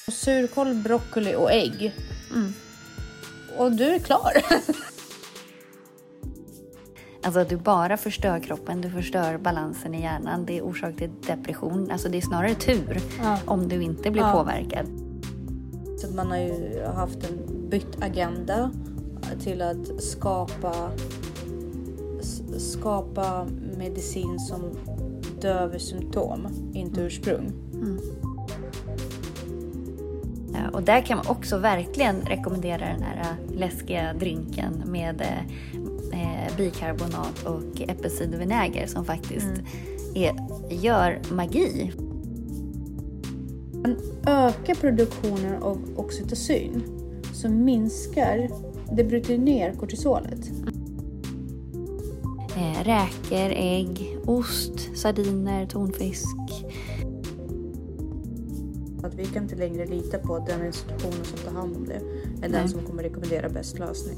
Surkål, broccoli och ägg. Och du är klar. Alltså att du bara förstör kroppen, du förstör balansen i hjärnan. Det är orsak till depression. Alltså det är snarare tur om du inte blir påverkad. Så man har ju haft en bytt agenda till att skapa medicin som döver symptom, inte ursprung. Ja, och där kan man också verkligen rekommendera den här läskiga drinken med bikarbonat och äppelcidervinäger som faktiskt gör magi. Man ökar produktionen av oxytocin som det bryter ner kortisolet. Räkor, ägg, ost, sardiner, tonfisk. Att vi kan inte längre lita på den institutionen som tar hand om det. Eller den som kommer rekommendera bäst lösning.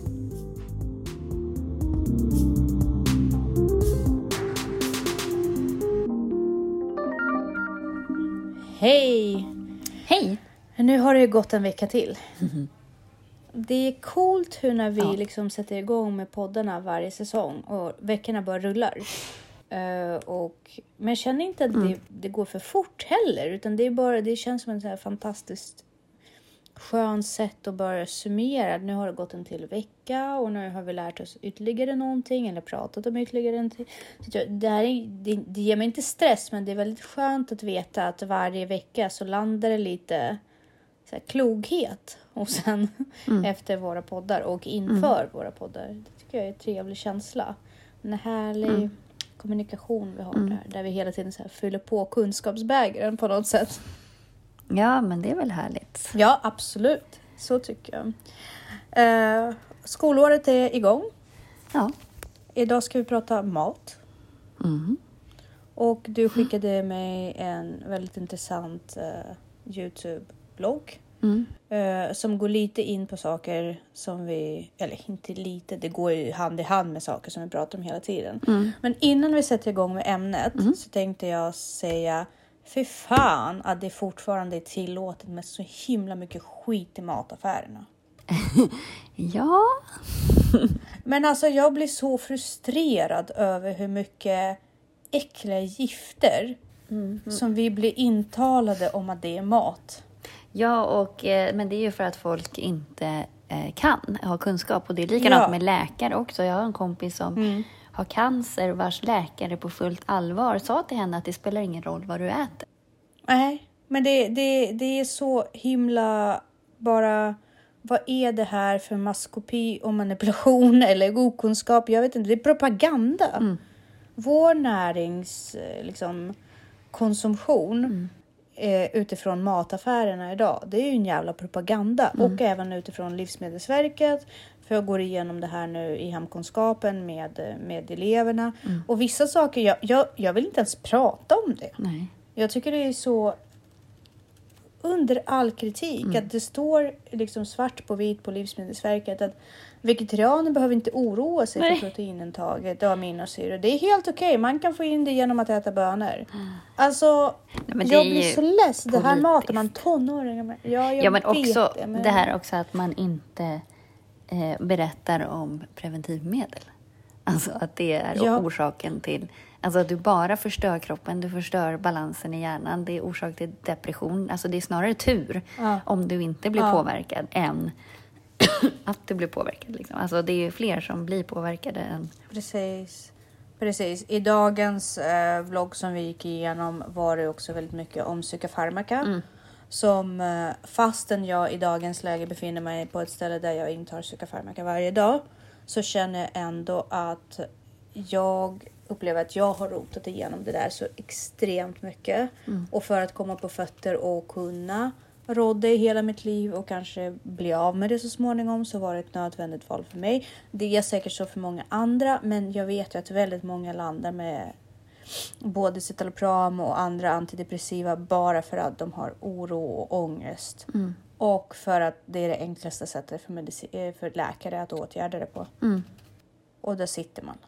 Hej! Hej! Nu har det ju gått en vecka till. Det är coolt hur när vi liksom sätter igång med poddarna varje säsong. Och veckorna bara rullar. Men jag känner inte att det går för fort heller. Utan det känns som en så här fantastiskt skön sätt att bara summera. Nu har det gått en till vecka. Och nu har vi lärt oss ytterligare någonting. Eller pratat om ytterligare en till. Så det ger mig inte stress. Men det är väldigt skönt att veta att varje vecka så landar det lite så här klokhet. Och sen efter våra poddar och inför våra poddar. Det tycker jag är en trevlig känsla. En härlig kommunikation vi har där vi hela tiden så här fyller på kunskapsbägaren på något sätt. Ja, men det är väl härligt. Ja, absolut. Så tycker jag. Skolåret är igång. Ja. Idag ska vi prata mat. Och du skickade mig en väldigt intressant YouTube-blogg. Som går lite in på saker som vi, eller inte lite, det går ju hand i hand med saker som vi pratar om hela tiden. Men innan vi sätter igång med ämnet så tänkte jag säga, för fan att det fortfarande är tillåtet med så himla mycket skit i mataffärerna. Ja. Men alltså jag blir så frustrerad över hur mycket äckliga gifter som vi blir intalade om att det är mat. Ja, men det är ju för att folk inte kan ha kunskap. Och det är likadant med läkare också. Jag har en kompis som har cancer, vars läkare på fullt allvar sa till henne att det spelar ingen roll vad du äter. Nej, men det är så himla bara... Vad är det här för maskopi och manipulation eller okunskap? Jag vet inte, det är propaganda. Vår konsumtion utifrån mataffärerna idag, det är ju en jävla propaganda. Och även utifrån Livsmedelsverket, för jag går igenom det här nu i hemkunskapen med eleverna. Och vissa saker, jag vill inte ens prata om det. Nej. Jag tycker det är så under all kritik att det står liksom svart på vit på Livsmedelsverket att vegetarianer behöver inte oroa sig för proteinintaget och aminosyror. Det är helt okej. Man kan få in det genom att äta bönor. Alltså, jag blir så less. Det här matar man tonåringar med. Ja, men också det här också att man inte berättar om preventivmedel. Alltså att det är orsaken till... Alltså att du bara förstör kroppen, du förstör balansen i hjärnan. Det är orsak till depression. Alltså det är snarare tur om du inte blir påverkad än att du blir påverkad. Liksom. Alltså det är ju fler som blir påverkade än... Precis. I dagens vlogg som vi gick igenom var det också väldigt mycket om psykofarmaka. Som fastän jag i dagens läge befinner mig på ett ställe där jag intar psykofarmaka varje dag. Så känner jag ändå att jag upplever att jag har rotat igenom det där så extremt mycket. Och för att komma på fötter och kunna råda i hela mitt liv och kanske bli av med det så småningom, så var det ett nödvändigt val för mig. Det är säkert så för många andra, men jag vet ju att väldigt många landar med både citalopram och andra antidepressiva bara för att de har oro och ångest. Och för att det är det enklaste sättet för läkare att åtgärda det på. Och där sitter man.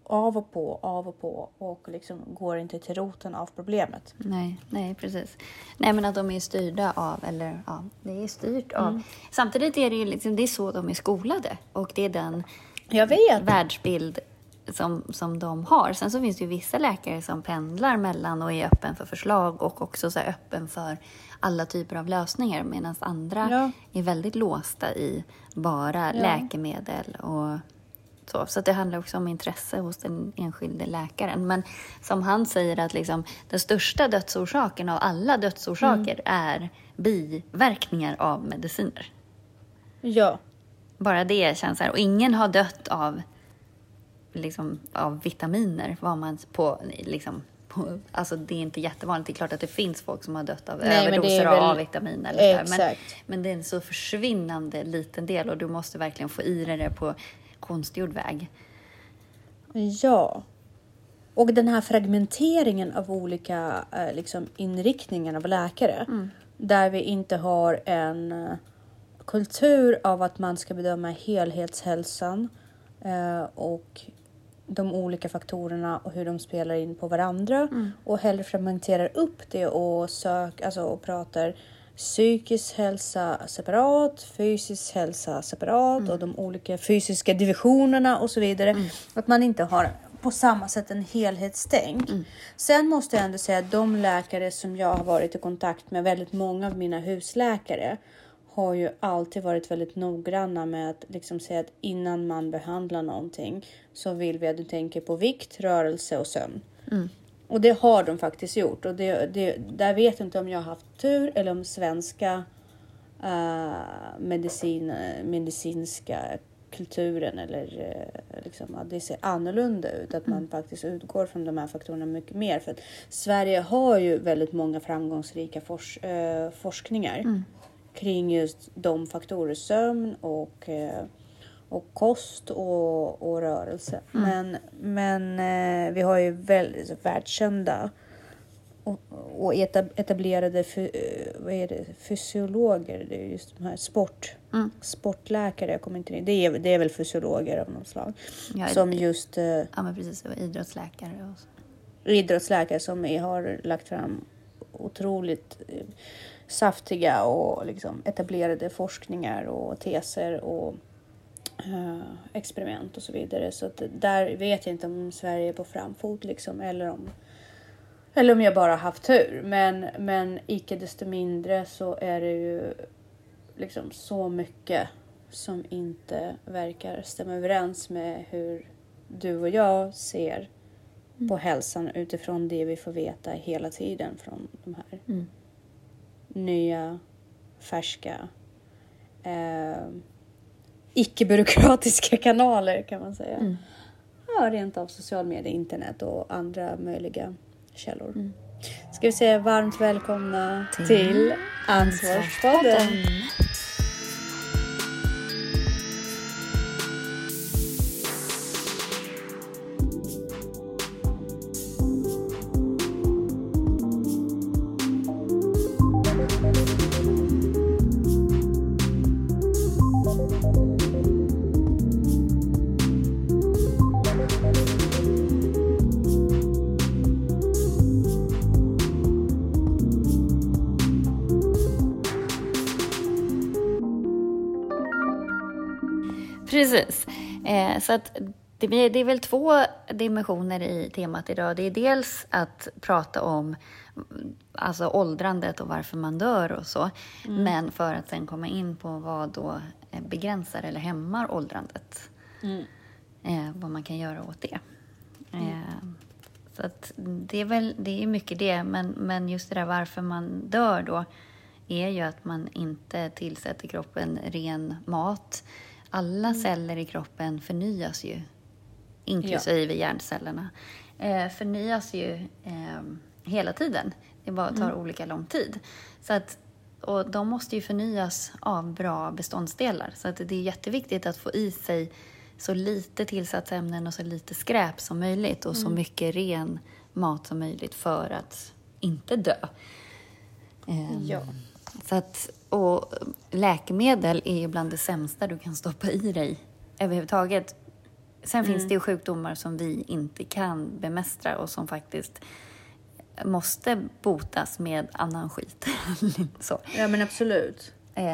av och på och liksom går inte till roten av problemet. Nej, precis. Nej, men att de är styrda av, eller ja, det är styrt av. Samtidigt är det ju liksom, det är så de är skolade och det är den världsbild som de har. Sen så finns det ju vissa läkare som pendlar mellan och är öppen för förslag och också så här öppen för alla typer av lösningar, medan andra är väldigt låsta i bara läkemedel och så. Så det handlar också om intresse hos den enskilde läkaren. Men som han säger att liksom, den största dödsorsaken av alla dödsorsaker är biverkningar av mediciner. Ja. Bara det känns så här. Och ingen har dött av vitaminer. Var man på, alltså det är inte jättevanligt. Det är klart att det finns folk som har dött av överdoser av A-vitamin. Men det är en så försvinnande liten del. Och du måste verkligen få i det på konstgjord väg. Ja. Och den här fragmenteringen av olika inriktningar av läkare. Där vi inte har en kultur av att man ska bedöma helhetshälsan. Och de olika faktorerna och hur de spelar in på varandra. Och hellre fragmenterar upp det och och pratar psykisk hälsa separat, fysisk hälsa separat och de olika fysiska divisionerna och så vidare. Att man inte har på samma sätt en helhetstänk. Sen måste jag ändå säga att de läkare som jag har varit i kontakt med, väldigt många av mina husläkare, har ju alltid varit väldigt noggranna med att liksom säga att innan man behandlar någonting så vill vi att du tänker på vikt, rörelse och sömn. Och det har de faktiskt gjort. Och där vet jag inte om jag har haft tur eller om svenska medicinska kulturen eller att det ser annorlunda ut. Att man faktiskt utgår från de här faktorerna mycket mer. För att Sverige har ju väldigt många framgångsrika forskningar kring just de faktorer, sömn och kost och rörelse. Men vi har ju väldigt världskända och etablerade fysiologer. Det är just de här sportläkare. Jag kommer inte in. Det är väl fysiologer av något slag. Ja, som just men precis, idrottsläkare och så. Idrottsläkare som har lagt fram otroligt saftiga och etablerade forskningar och teser och experiment och så vidare. Så att där vet jag inte om Sverige är på framfot eller om jag bara haft tur. Men icke desto mindre så är det ju så mycket som inte verkar stämma överens med hur du och jag ser på hälsan utifrån det vi får veta hela tiden från de här nya, färska icke-byråkratiska kanaler kan man säga. Ja, rent av social media, internet och andra möjliga källor. Ska vi säga varmt välkomna till Ansvarspodden. Precis. Så att det är väl två dimensioner i temat idag. Det är dels att prata om åldrandet och varför man dör och så. Men för att sen komma in på vad då begränsar eller hämmar åldrandet. Vad man kan göra åt det. Så att det är mycket det. Men just det där varför man dör då är ju att man inte tillsätter kroppen ren mat. Alla celler i kroppen förnyas ju, inklusive hjärncellerna. Förnyas ju hela tiden. Det bara tar olika lång tid. Och de måste ju förnyas av bra beståndsdelar. Så att det är jätteviktigt att få i sig så lite tillsatsämnen och så lite skräp som möjligt. Och så mycket ren mat som möjligt för att inte dö. Och läkemedel är ju bland det sämsta du kan stoppa i dig överhuvudtaget. Sen finns det ju sjukdomar som vi inte kan bemästra och som faktiskt måste botas med annan skit. Så. Ja, men absolut.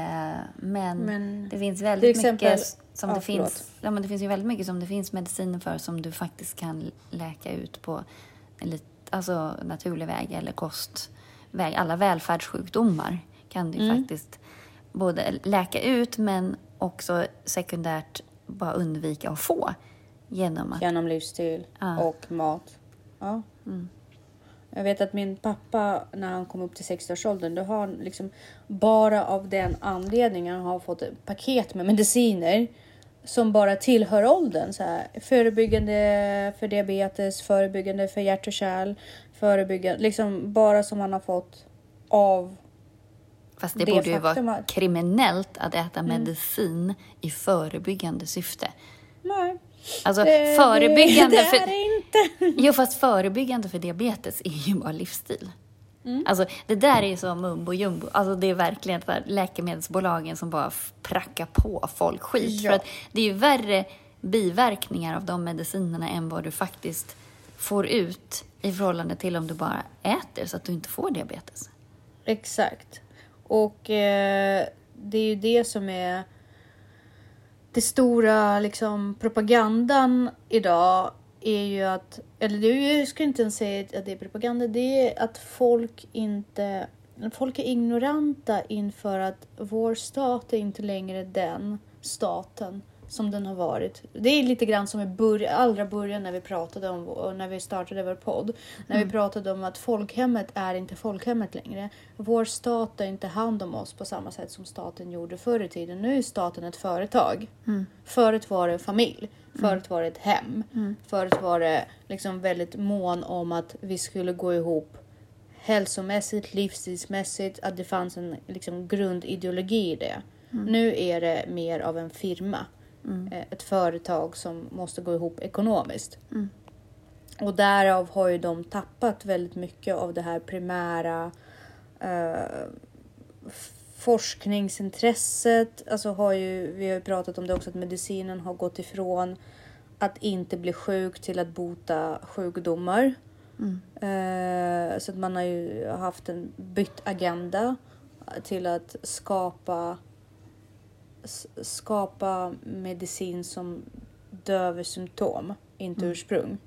Men det finns väldigt exempel, mycket som det finns. Ja, men det finns ju väldigt mycket som det finns mediciner för som du faktiskt kan läka ut på alltså naturlig väg eller kostväg. Alla välfärdssjukdomar kan du faktiskt både läka ut men också sekundärt bara undvika att få genom livsstil och mat. Ja. Jag vet att min pappa, när han kom upp till 60-årsåldern, då har han liksom bara av den anledningen har fått ett paket med mediciner som bara tillhör åldern. Så här, förebyggande för diabetes, förebyggande för hjärt och kärl, förebyggande, liksom bara som han har fått av. Fast det borde ju vara kriminellt att äta medicin i förebyggande syfte. Nej. Alltså förebyggande det är inte. Jo, fast förebyggande för diabetes är ju bara livsstil. Alltså det där är ju så mumbo jumbo. Alltså det är verkligen så här, läkemedelsbolagen som bara prackar på folk skit. Ja. För att det är ju värre biverkningar av de medicinerna än vad du faktiskt får ut i förhållande till om du bara äter så att du inte får diabetes. Exakt. Och det är ju det som är det stora liksom propagandan idag är ju att, eller jag ska inte ens säga att det är propaganda, det är att folk är ignoranta inför att vår stat är inte längre den staten som den har varit. Det är lite grann som i allra början när vi pratade om, och när vi startade vår podd. När vi pratade om att folkhemmet är inte folkhemmet längre. Vår stat tar inte hand om oss på samma sätt som staten gjorde förr i tiden. Nu är staten ett företag. Förut var det en familj. Förut var det ett hem. Förut var det liksom väldigt mån om att vi skulle gå ihop hälsomässigt, livsstilsmässigt. Att det fanns en liksom grundideologi i det. Nu är det mer av en firma. Ett företag som måste gå ihop ekonomiskt. Och därav har ju de tappat väldigt mycket av det här primära forskningsintresset. Alltså vi har ju pratat om det också, att medicinen har gått ifrån att inte bli sjuk till att bota sjukdomar. Så att man har ju haft en bytt agenda till att skapa medicin som döver symptom, inte ursprung.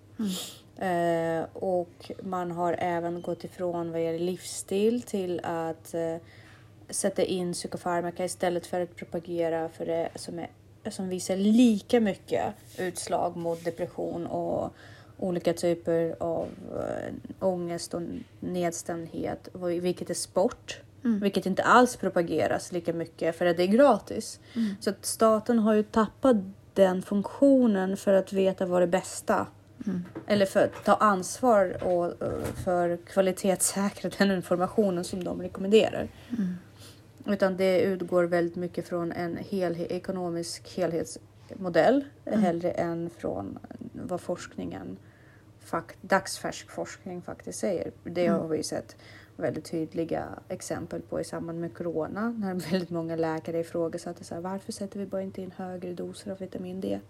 Och man har även gått ifrån vad gäller livsstil till att sätta in psykofarmaka istället för att propagera för det som visar lika mycket utslag mot depression och olika typer av ångest och nedstämdhet, vilket är sport. Vilket inte alls propageras lika mycket för att det är gratis. Så att staten har ju tappat den funktionen för att veta vad det bästa. Eller för att ta ansvar och för kvalitetssäkra den informationen som de rekommenderar. Utan det utgår väldigt mycket från en ekonomisk helhetsmodell. Hellre än från vad dagsfärsk forskning faktiskt säger. Det har vi ju sett väldigt tydliga exempel på i samband med corona. När väldigt många läkare ifrågasatte så här, varför sätter vi bara inte in högre doser av vitamin D?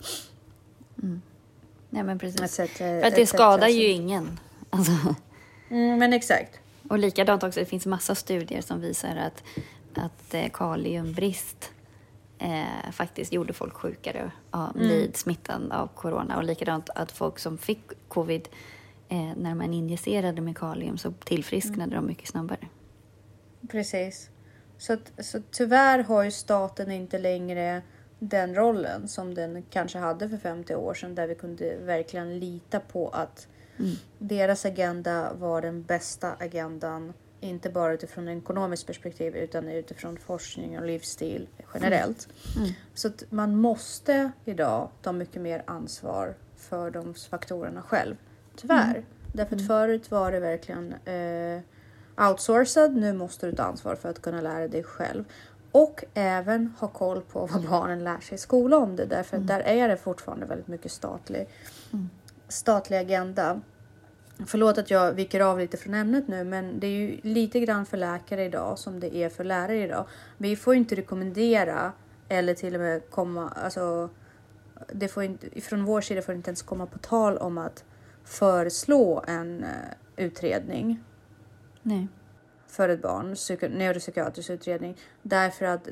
Nej, men precis. För att det skadar ju ingen. Alltså. Men exakt. Och likadant också, det finns massa studier som visar att kaliumbrist faktiskt gjorde folk sjukare vid smittan av corona. Och likadant att folk som fick covid, när man injicerade med kalium så tillfrisknade de mycket snabbare. Precis. Så tyvärr har ju staten inte längre den rollen som den kanske hade för 50 år sedan, där vi kunde verkligen lita på att deras agenda var den bästa agendan, inte bara utifrån en ekonomisk perspektiv utan utifrån forskning och livsstil generellt. Så att man måste idag ta mycket mer ansvar för de faktorerna själv. Tyvärr. Därför att förut var det verkligen outsourcad. Nu måste du ta ansvar för att kunna lära dig själv. Och även ha koll på vad barnen lär sig i skolan om det. Därför att där är det fortfarande väldigt mycket statlig agenda. Förlåt att jag viker av lite från ämnet nu. Men det är ju lite grann för läkare idag som det är för lärare idag. Vi får inte rekommendera eller till och med det får inte, från vår sida får det inte ens komma på tal om att föreslå en utredning. Nej. För ett barn, neuropsykiatrisk utredning, därför att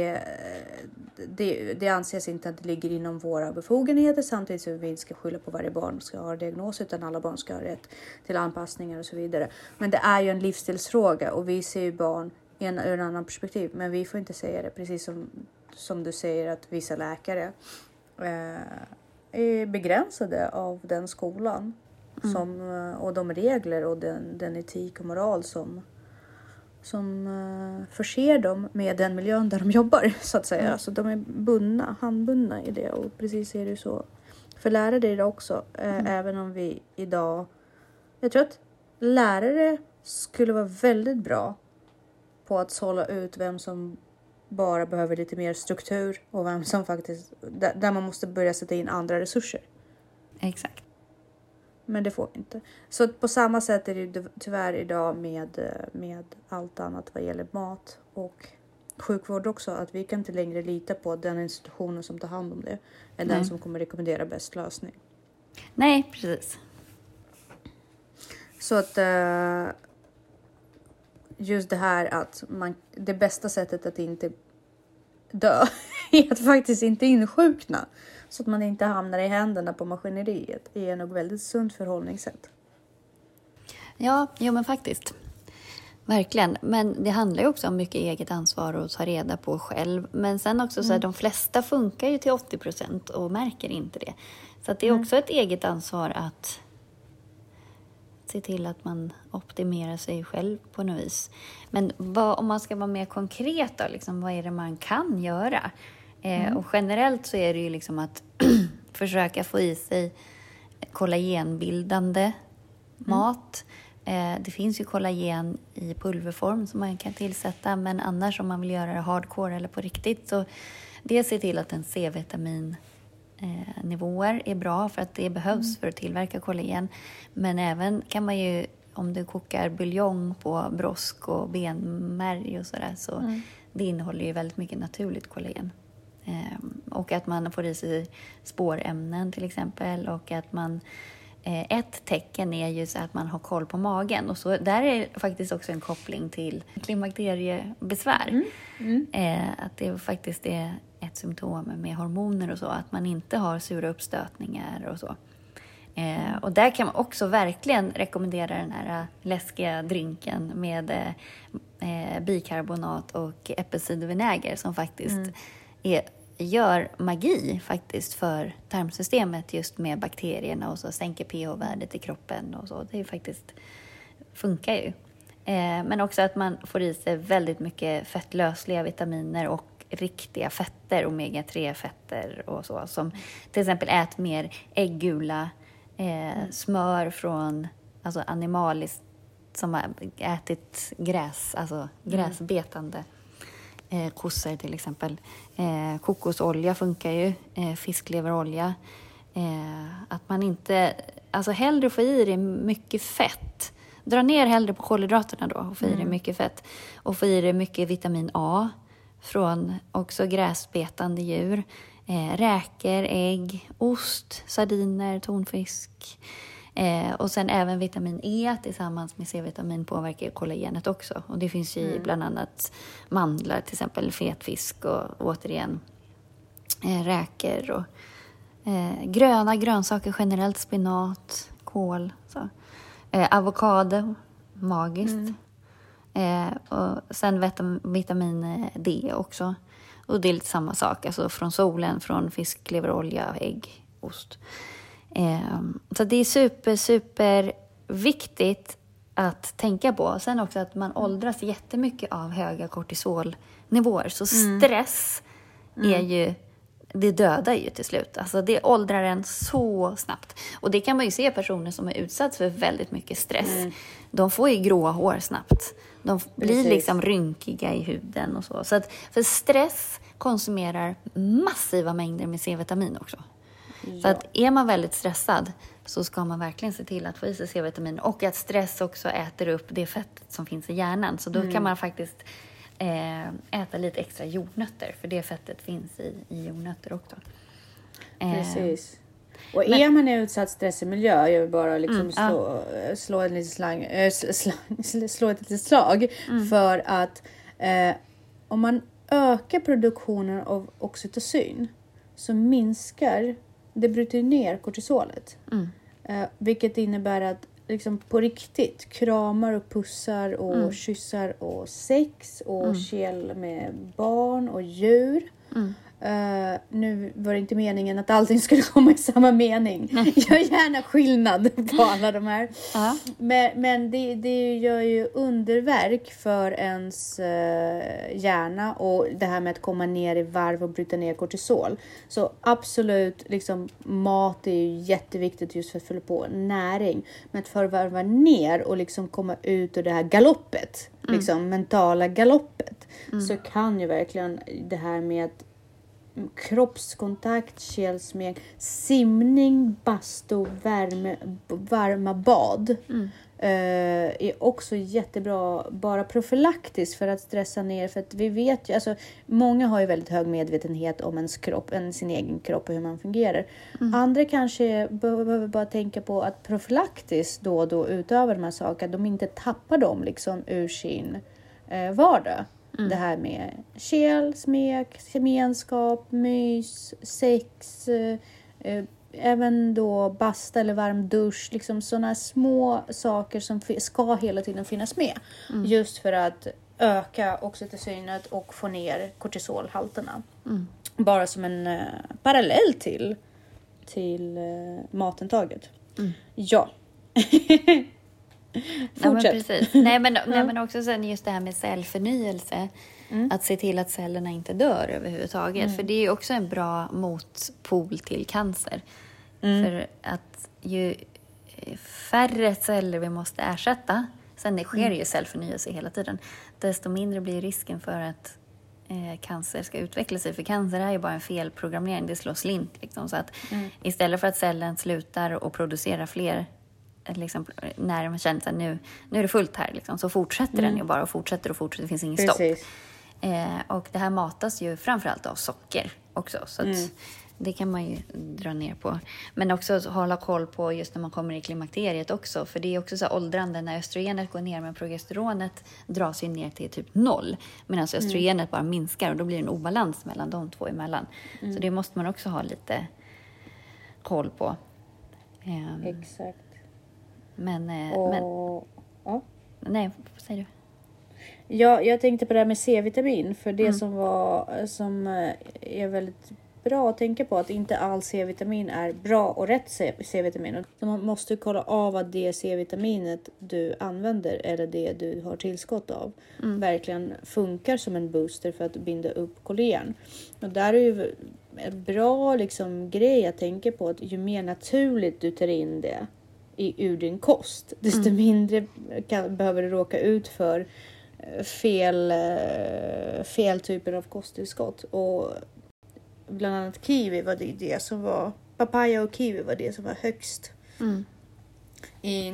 det anses inte att det ligger inom våra befogenheter, samtidigt som vi inte ska skylla på varje barn ska ha diagnos, utan alla barn ska ha rätt till anpassningar och så vidare. Men det är ju en livsstilsfråga och vi ser ju barn ur en annan perspektiv, men vi får inte säga det, precis som du säger att vissa läkare är begränsade av den skolan och de regler och den etik och moral som förser dem med den miljön där de jobbar, så att säga. Så de är handbundna i det, och precis är det så för lärare idag också. Även om vi idag, jag tror att lärare skulle vara väldigt bra på att sålla ut vem som bara behöver lite mer struktur och vem som faktiskt, där man måste börja sätta in andra resurser. Exakt. Men det får vi inte. Så på samma sätt är det tyvärr idag med allt annat vad gäller mat och sjukvård också. Att vi kan inte längre lita på den institutionen som tar hand om det. Eller den som kommer rekommendera bäst lösning. Nej, precis. Så att just det här att det bästa sättet att inte dö är att faktiskt inte insjukna. Så att man inte hamnar i händerna på maskineriet är nog väldigt sunt förhållningssätt. Ja, men faktiskt. Verkligen. Men det handlar ju också om mycket eget ansvar att ta reda på själv. Men sen också så här, de flesta funkar ju till 80% och märker inte det. Så att det är också ett eget ansvar att se till att man optimerar sig själv på något vis. Men om man ska vara mer konkret då, liksom, vad är det man kan göra? Och generellt så är det ju liksom att försöka få i sig kollagenbildande mat. Det finns ju kollagen i pulverform som man kan tillsätta. Men annars om man vill göra det hardcore eller på riktigt, så det ser till att en C-vitamin nivåer är bra, för att det behövs för att tillverka kollagen. Men även kan man ju, om du kokar buljong på brosk och benmärg och sådär, så det innehåller ju väldigt mycket naturligt kollagen. Och att man får i sig spårämnen till exempel, och att man ett tecken är ju så att man har koll på magen, och så där är faktiskt också en koppling till klimakteriebesvär. Att det faktiskt är ett symptom med hormoner och så, att man inte har sura uppstötningar och så. Och där kan man också verkligen rekommendera den här läskiga drinken med bikarbonat och äppelcidervinäger som faktiskt gör magi faktiskt för tarmsystemet, just med bakterierna, och så sänker pH-värdet i kroppen och så. Det är faktiskt, funkar ju. Men också att man får i sig väldigt mycket fettlösliga vitaminer och riktiga fetter, omega-3-fetter och så. Som till exempel ät mer äggula, smör från alltså animaliskt, som har ätit gräs, alltså gräsbetande kossor till exempel. Kokosolja funkar ju, fiskleverolja. Att man inte, alltså hellre få i dig mycket fett. Dra ner hellre på kolhydraterna då och få i dig mycket fett. Och få i dig mycket vitamin A från också gräsbetande djur. Räkor, ägg, ost, sardiner, tonfisk. Och sen även vitamin E tillsammans med C-vitamin påverkar kollagenet också. Och det finns ju bland annat mandlar, till exempel fetfisk och återigen räkor och gröna grönsaker generellt, spinat, kål, så. Avokado, magiskt. Och sen vitamin D också. Och det är lite samma sak, alltså från solen, från fisk, leverolja, ägg, ost. Så det är super viktigt att tänka på. Sen också att man åldras jättemycket av höga kortisolnivåer. Så stress är ju, det dödar ju till slut. Alltså det åldrar en så snabbt. Och det kan man ju se, personer som är utsatt för väldigt mycket stress. De får ju gråa hår snabbt. De blir liksom rynkiga i huden och så. Så att, för stress konsumerar massiva mängder med C-vitamin också. Så att är man väldigt stressad så ska man verkligen se till att få i sig C-vitamin. Och att stress också äter upp det fettet som finns i hjärnan. Så då kan man faktiskt äta lite extra jordnötter. För det fettet finns i jordnötter också. Precis. Och är man i utsatt stressig miljö, jag vill bara liksom slå ett litet slag för att om man ökar produktionen av oxytocin så minskar, det bryter ner kortisolet. Vilket innebär att liksom på riktigt kramar och pussar och kyssar och sex och kel med barn och djur. Nu var det inte meningen att allting skulle komma i samma mening. Gör gärna skillnad på alla de här. Men det gör ju underverk för ens hjärna. Och det här med att komma ner i varv och bryta ner kortisol. Så absolut, liksom, mat är ju jätteviktigt just för att fylla på näring. Men att förvarva ner och liksom komma ut ur det här galoppet. Liksom mentala galoppet. Så kan ju verkligen det här med att kroppskontakt, kelsmek, simning, bastu, varma bad är också jättebra bara profylaktiskt för att stressa ner, för att vi vet ju, alltså många har ju väldigt hög medvetenhet om ens kropp, sin egen kropp och hur man fungerar. Andra kanske behöver bara tänka på att profylaktiskt då och då utöver de här sakerna, de inte tappar dem liksom ur sin vardag. Det här med kel, smek, gemenskap, mys, sex, även då basta eller varm dusch. Liksom sådana små saker som ska hela tiden finnas med. Just för att öka oxytocinet och få ner kortisolhalterna. Bara som en parallell till matintaget. Ja. Ja, men precis. Nej, men också sen just det här med cellförnyelse. Att se till att cellerna inte dör överhuvudtaget. För det är ju också en bra motpol till cancer. För att ju färre celler vi måste ersätta, sen det sker ju cellförnyelse hela tiden, desto mindre blir risken för att cancer ska utveckla sig. För cancer är ju bara en felprogrammering, det slår slint liksom. Så att istället för att cellen slutar och producera fler, liksom, när man känner att nu är det fullt här liksom, så fortsätter den ju bara och fortsätter, det finns ingen stopp. Och det här matas ju framförallt av socker också, så att det kan man ju dra ner på. Men också hålla koll på just när man kommer i klimakteriet också, för det är också så åldrande, när östrogenet går ner men progesteronet dras ju ner till typ 0, medan östrogenet bara minskar och då blir det en obalans mellan de två emellan. Så det måste man också ha lite koll på. Exakt. Nej, vad säger du? Ja, jag tänkte på det här med C-vitamin. För det som är väldigt bra att tänka på, att inte all C-vitamin är bra och rätt C-vitamin. Så man måste kolla av att det C-vitaminet du använder eller det du har tillskott av verkligen funkar som en booster för att binda upp kollagen. Och där är ju en bra liksom grej att tänka på, att ju mer naturligt du tar in det ur din kost, desto mindre behöver du råka ut för fel typer av kosttillskott. Och bland annat kiwi var det som var, papaya och kiwi var det som var högst i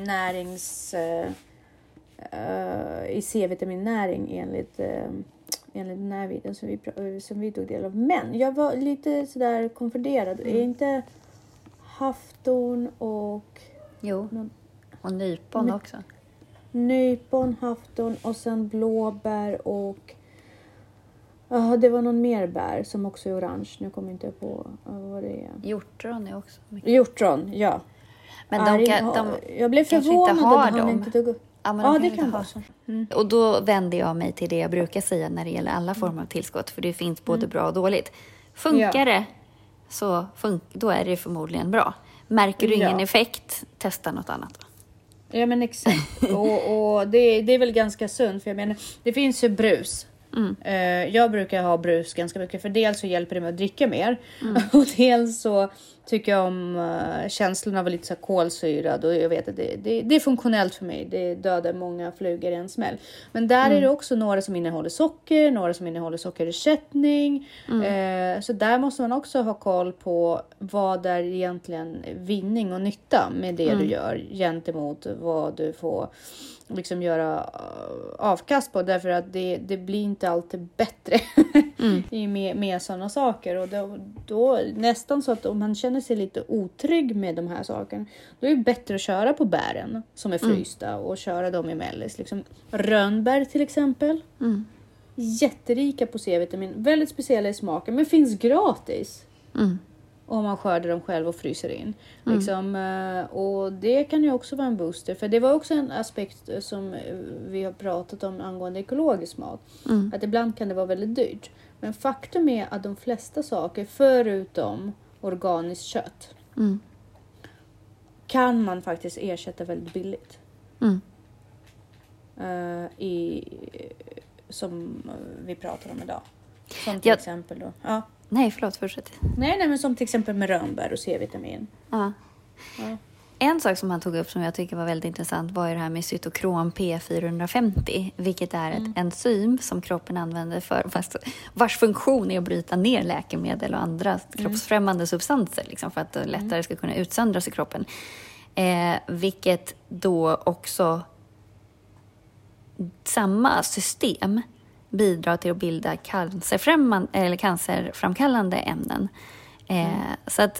i C-vitaminnäring enligt den här videon som vi tog del av. Men jag var lite sådär konfunderad. Är inte hafton och och nypon också. Nypon, hafton och sen blåbär och det var någon mer bär som också är orange. Nu kommer jag inte på vad det är. Hjortron är också mycket. Hjortron, ja. Men jag blev förvånad att han inte tog upp. Ja, det kan vara så. Och då vänder jag mig till det jag brukar säga när det gäller alla former av tillskott. För det finns både bra och dåligt. Funkar det, så då är det förmodligen bra. Märker du ingen effekt, testa något annat. Ja, men exakt. och det är väl ganska sunt. För jag menar, det finns ju brus. Jag brukar ha brus ganska mycket. För dels så hjälper det med att dricka mer. Och dels så tycker jag om känslan av lite så här kolsyrad. Och jag vet att det är funktionellt för mig. Det dödar många flugor i en smäll. Men där är det också några som innehåller socker. Några som innehåller sockerersättning. Så där måste man också ha koll på vad är egentligen vinning och nytta med det du gör. Gentemot vad du får liksom göra avkast på. Därför att det blir inte alltid bättre med sådana saker. Och då nästan så att om man känner sig lite otrygg med de här sakerna, då är det bättre att köra på bären som är frysta och köra dem i mellis. Liksom rönnbär till exempel. Jätterika på C-vitamin. Väldigt speciella i smaken, men finns gratis. Om man skördar dem själv och fryser in. Liksom, och det kan ju också vara en booster. För det var också en aspekt som vi har pratat om angående ekologisk mat. Att ibland kan det vara väldigt dyrt. Men faktum är att de flesta saker förutom organiskt kött kan man faktiskt ersätta väldigt billigt. Som vi pratar om idag. Som till exempel då. Ja. Nej, förlåt, fortsätt. Nej, men som till exempel med rönnbär och C-vitamin. Ja. En sak som han tog upp som jag tycker var väldigt intressant var ju det här med cytokrom P450, vilket är ett enzym som kroppen använder vars funktion är att bryta ner läkemedel och andra kroppsfrämmande substanser liksom, för att det lättare ska kunna utsöndras i kroppen. Vilket då också samma system bidrar till att bilda cancerframkallande ämnen. Så att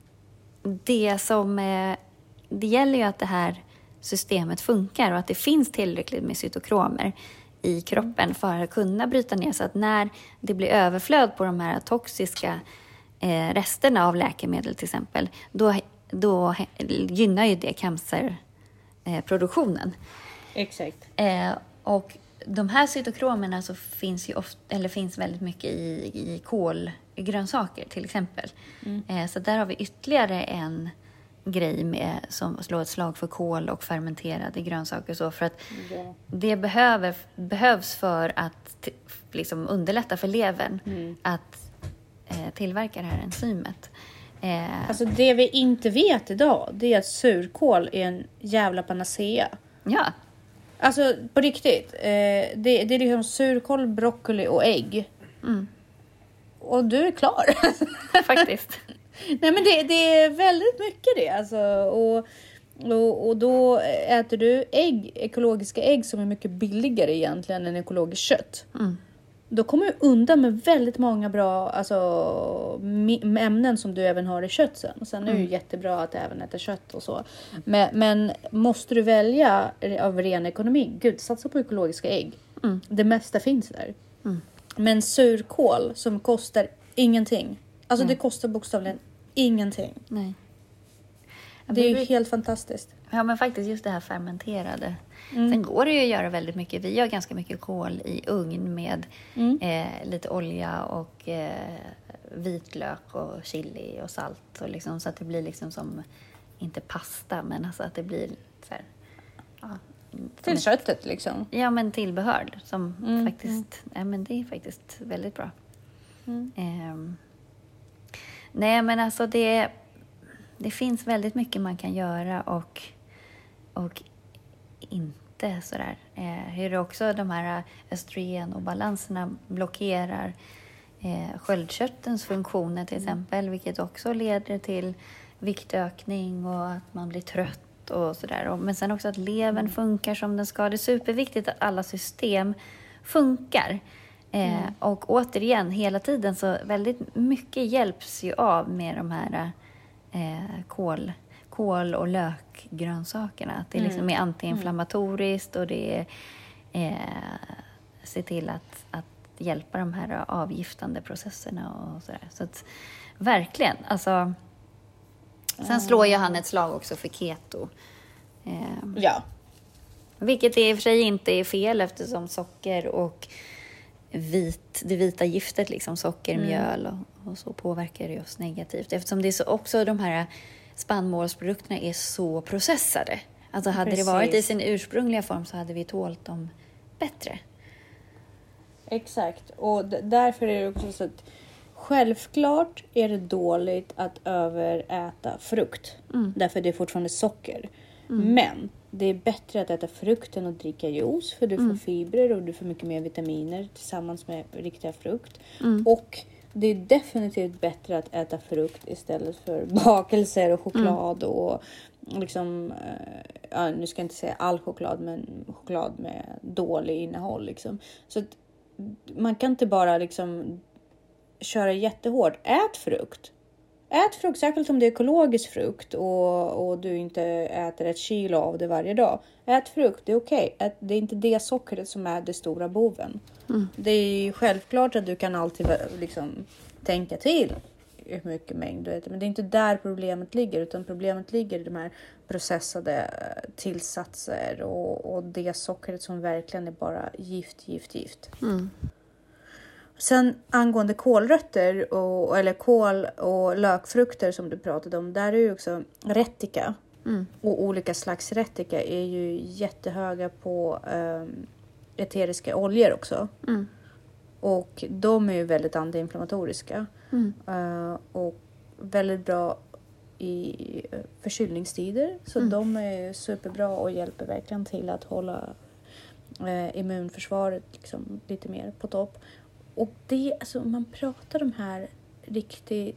det gäller ju att det här systemet funkar och att det finns tillräckligt med cytokromer i kroppen för att kunna bryta ner, så att när det blir överflöd på de här toxiska resterna av läkemedel till exempel, då gynnar ju det cancerproduktionen. Exakt. Och de här cytokromerna så finns ju finns väldigt mycket i kolgrönsaker till exempel. Så där har vi ytterligare en grej som slår ett slag för kål och fermenterade grönsaker. Så för att det behövs för att liksom underlätta för levern att tillverka det här enzymet. Alltså det vi inte vet idag, det är att surkål är en jävla panacea. Ja. Alltså på riktigt. Det är liksom surkål, broccoli och ägg. Och du är klar. Faktiskt. Nej, men det är väldigt mycket det. Alltså, och då äter du ekologiska ägg som är mycket billigare egentligen än ekologiskt kött. Då kommer du undan med väldigt många bra ämnen som du även har i kött sen. Och sen är det ju jättebra att även äta kött och så. Men måste du välja av ren ekonomi, satsa på ekologiska ägg. Det mesta finns där. Men surkål som kostar ingenting. Alltså det kostar bokstavligen ingenting. Nej. Det är ju helt fantastiskt. Ja, men faktiskt just det här fermenterade. Sen går det ju att göra väldigt mycket. Vi gör ganska mycket kål i ugn med lite olja och vitlök och chili och salt. Och liksom, så att det blir liksom som, inte pasta, men alltså att det blir så här, till köttet liksom. Ja, men tillbehör som faktiskt, men det är faktiskt väldigt bra. Nej, men alltså det finns väldigt mycket man kan göra och inte sådär. Hur också de här östrogenobalanserna blockerar sköldkörtelns funktioner till exempel, vilket också leder till viktökning och att man blir trött och sådär. Men sen också att levern funkar som den ska. Det är superviktigt att alla system funkar. Och återigen, hela tiden så väldigt mycket hjälps ju av med de här kål- och lökgrönsakerna. Att det liksom är antiinflammatoriskt och det ser till att hjälpa de här avgiftande processerna och sådär. Så att verkligen, alltså. Sen slår ju han ett slag också för keto. Ja. Vilket i och för sig inte är fel, eftersom socker och det vita giftet, liksom socker, mjöl och så påverkar det oss negativt. Eftersom det är så också de här spannmålsprodukterna är så processade. Alltså hade det varit i sin ursprungliga form så hade vi tålt dem bättre. Exakt. Och därför är det också så att Självklart är det dåligt att överäta frukt. Därför det är fortfarande socker. Men det är bättre att äta frukt än att dricka juice. För du får fibrer och du får mycket mer vitaminer tillsammans med riktiga frukt. Och det är definitivt bättre att äta frukt istället för bakelser och choklad och liksom, nu ska jag inte säga all choklad, men choklad med dålig innehåll liksom. Så att man kan inte bara liksom köra jättehårt. Ät frukt. Ät frukt, särskilt om det är ekologisk frukt och du inte äter 1 kilo av det varje dag. Ät frukt, det är okej. Det är inte det sockret som är det stora boven. Det är självklart att du kan alltid liksom tänka till hur mycket mängd du äter. Men det är inte där problemet ligger, utan problemet ligger i de här processade tillsatser och det sockret som verkligen är bara gift. Sen angående kolrötter eller kål och lökfrukter som du pratade om, där är ju också retika. Och olika slags retika är ju jättehöga på eteriska oljor också. Och de är ju väldigt antiinflammatoriska. Och väldigt bra i förkylningstider. Så de är superbra och hjälper verkligen till att hålla immunförsvaret liksom lite mer på topp. Och det, alltså man pratar om här riktigt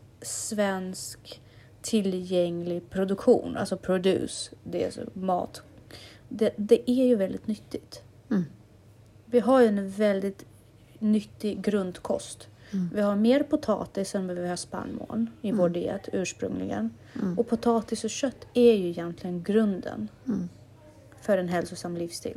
svensk tillgänglig produktion. Alltså produce, det är alltså mat. Det är ju väldigt nyttigt. Vi har ju en väldigt nyttig grundkost. Vi har mer potatis än vad vi har spannmål i vår diet ursprungligen. Och potatis och kött är ju egentligen grunden för en hälsosam livsstil.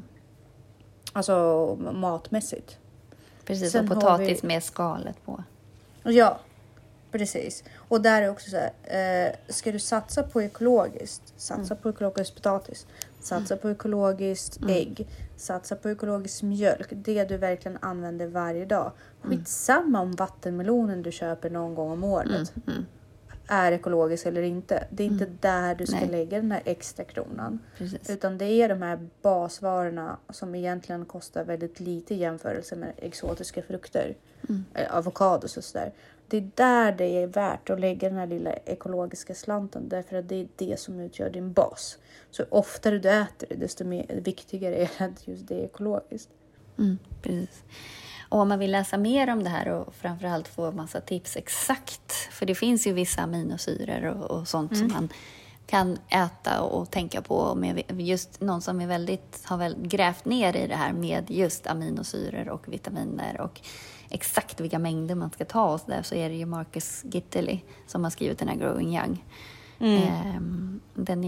Alltså matmässigt. Precis, och potatis med skalet på. Ja, precis. Och där är också så här, ska du satsa på ekologiskt, satsa på ekologisk potatis, satsa på ekologiskt ägg, satsa på ekologisk mjölk, det du verkligen använder varje dag. Skitsamma om vattenmelonen du köper någon gång om året är ekologisk eller inte. Det är inte där du ska lägga den här extra kronan. Precis. Utan det är de här basvarorna som egentligen kostar väldigt lite i jämförelse med exotiska frukter. Avokados och sådär. Det är där det är värt att lägga den här lilla ekologiska slanten. Därför att det är det som utgör din bas. Så oftare du äter det, desto viktigare är det att just det är ekologiskt. Precis. Och om man vill läsa mer om det här och framförallt få massa tips exakt. För det finns ju vissa aminosyror och sånt som man kan äta och tänka på. Med just någon som är har grävt ner i det här med just aminosyror och vitaminer och exakt vilka mängder man ska ta och så är det ju Marcus Gittily som har skrivit den här Growing Young. Den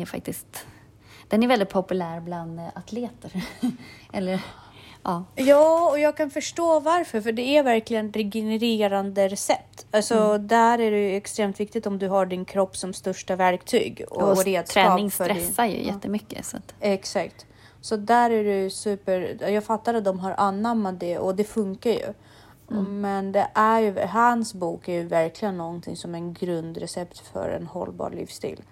är väldigt populär bland atleter. Eller Ja, och jag kan förstå varför. För det är verkligen regenererande recept. Alltså där är det ju extremt viktigt om du har din kropp som största verktyg. Och träning stressar ju jättemycket. Så att. Exakt. Så där är det ju super. Jag fattar att de har anammat det och det funkar ju. Men det är ju, hans bok är ju verkligen någonting som en grundrecept för en hållbar livsstil.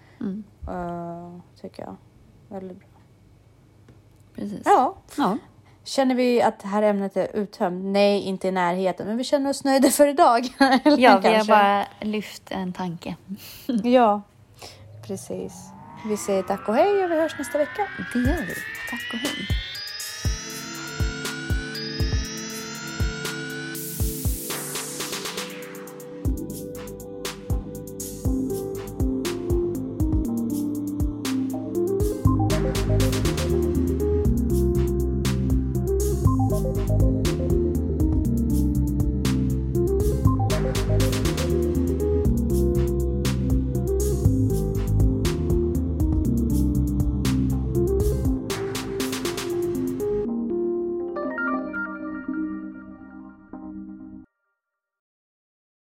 Tycker jag. Väldigt bra. Precis. Ja. Känner vi att det här ämnet är uttömt? Nej, inte i närheten. Men vi känner oss nöjda för idag. Ja, vi har bara lyft en tanke. Ja, precis. Vi säger tack och hej och vi hörs nästa vecka. Det gör vi. Tack och hej.